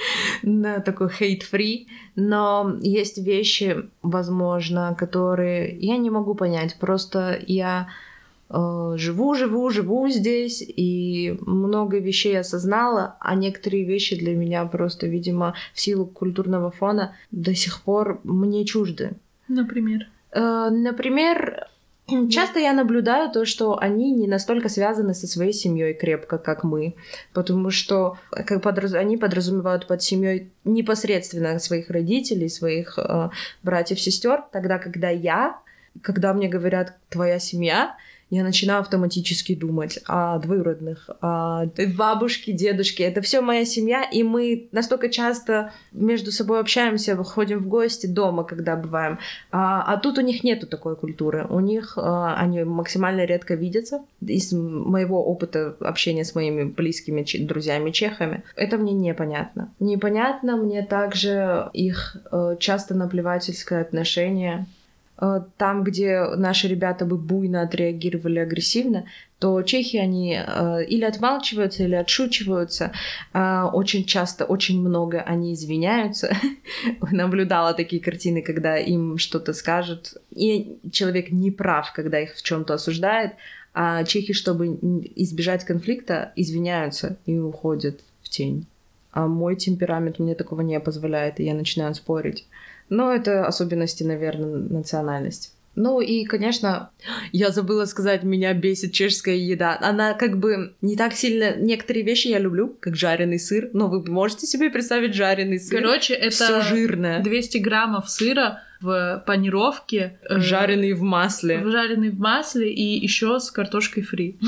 такой hate-free, но есть вещи, возможно, которые я не могу понять. Просто я э, живу, живу, живу здесь, и много вещей осознала, а некоторые вещи для меня просто, видимо, в силу культурного фона до сих пор мне чужды. Например? Э, например, часто я наблюдаю то, что они не настолько связаны со своей семьей крепко, как мы, потому что как подраз... они подразумевают под семьей непосредственно своих родителей, своих э, братьев, сестер, тогда, когда я, когда мне говорят «твоя семья», я начинаю автоматически думать о двоюродных, о бабушке, дедушке. Это все моя семья, и мы настолько часто между собой общаемся, ходим в гости дома, когда бываем. А, а тут у них нету такой культуры. У них а, они максимально редко видятся. Из моего опыта общения с моими близкими друзьями чехами, это мне непонятно. Непонятно мне также их а, часто наплевательское отношение. Там, где наши ребята бы буйно отреагировали агрессивно, то чехи, они э, или отмалчиваются, или отшучиваются. Э, очень часто, очень много они извиняются. Наблюдала такие картины, когда им что-то скажут, и человек не прав, когда их в чем-то осуждает, а чехи, чтобы избежать конфликта, извиняются и уходят в тень. А мой темперамент мне такого не позволяет, и я начинаю спорить. Но это особенности, наверное, национальности. Ну и, конечно, я забыла сказать, меня бесит чешская еда. Она как бы не так сильно... Некоторые вещи я люблю, как жареный сыр. Но вы можете себе представить жареный сыр? Короче, это всё жирное. двести граммов сыра в панировке. Жареный в масле. Жареный в масле и еще с картошкой фри.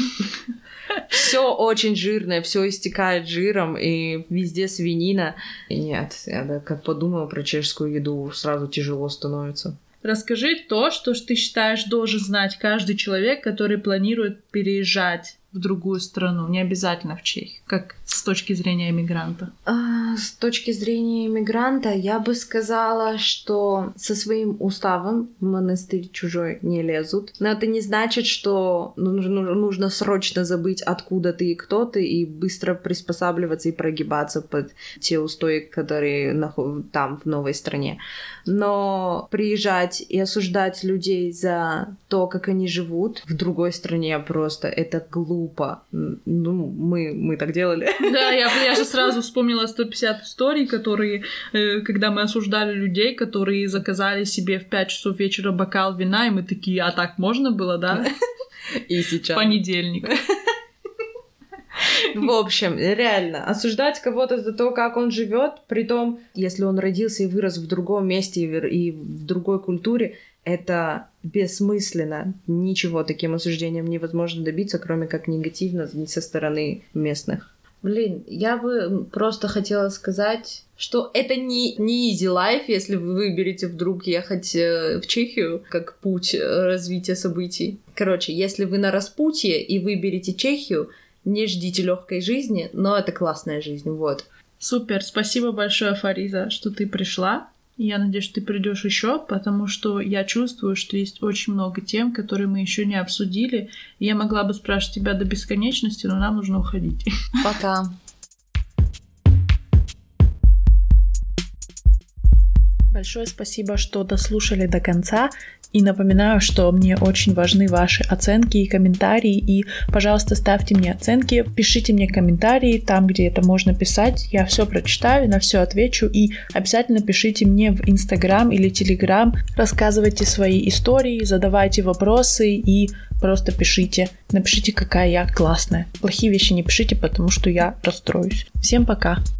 Все очень жирное, все истекает жиром, и везде свинина. Нет, я как подумала про чешскую еду, сразу тяжело становится. Расскажи то, что ты считаешь должен знать каждый человек, который планирует переезжать в другую страну, не обязательно в Чехию, как с точки зрения иммигранта? А, с точки зрения иммигранта я бы сказала, что со своим уставом в монастырь чужой не лезут. Но это не значит, что нужно, нужно срочно забыть, откуда ты и кто ты, и быстро приспосабливаться и прогибаться под те устои, которые там, в новой стране. Но приезжать и осуждать людей за то, как они живут в другой стране, просто это глупо. Ну, мы, мы так делали. Да, я, я же сразу вспомнила сто пятьдесят историй, которые, э, когда мы осуждали людей, которые заказали себе в пять часов вечера бокал вина, и мы такие, а так можно было, да? И сейчас. Понедельник. В общем, реально, осуждать кого-то за то, как он живет, притом, если он родился и вырос в другом месте и в другой культуре, это бессмысленно. Ничего таким осуждением невозможно добиться, кроме как негативно со стороны местных. Блин, я бы просто хотела сказать, что это не, не easy life, если вы выберете вдруг ехать в Чехию как путь развития событий. Короче, если вы на распутье и выберете Чехию, не ждите легкой жизни, но это классная жизнь, вот. Супер, спасибо большое, Фариза, что ты пришла. Я надеюсь, что ты придешь еще, потому что я чувствую, что есть очень много тем, которые мы еще не обсудили. И я могла бы спрашивать тебя до бесконечности, но нам нужно уходить. Пока. Большое спасибо, что дослушали до конца. И напоминаю, что мне очень важны ваши оценки и комментарии. И, пожалуйста, ставьте мне оценки, пишите мне комментарии там, где это можно писать. Я все прочитаю, на все отвечу. И обязательно пишите мне в Инстаграм или Телеграм. Рассказывайте свои истории, задавайте вопросы и просто пишите. Напишите, какая я классная. Плохие вещи не пишите, потому что я расстроюсь. Всем пока!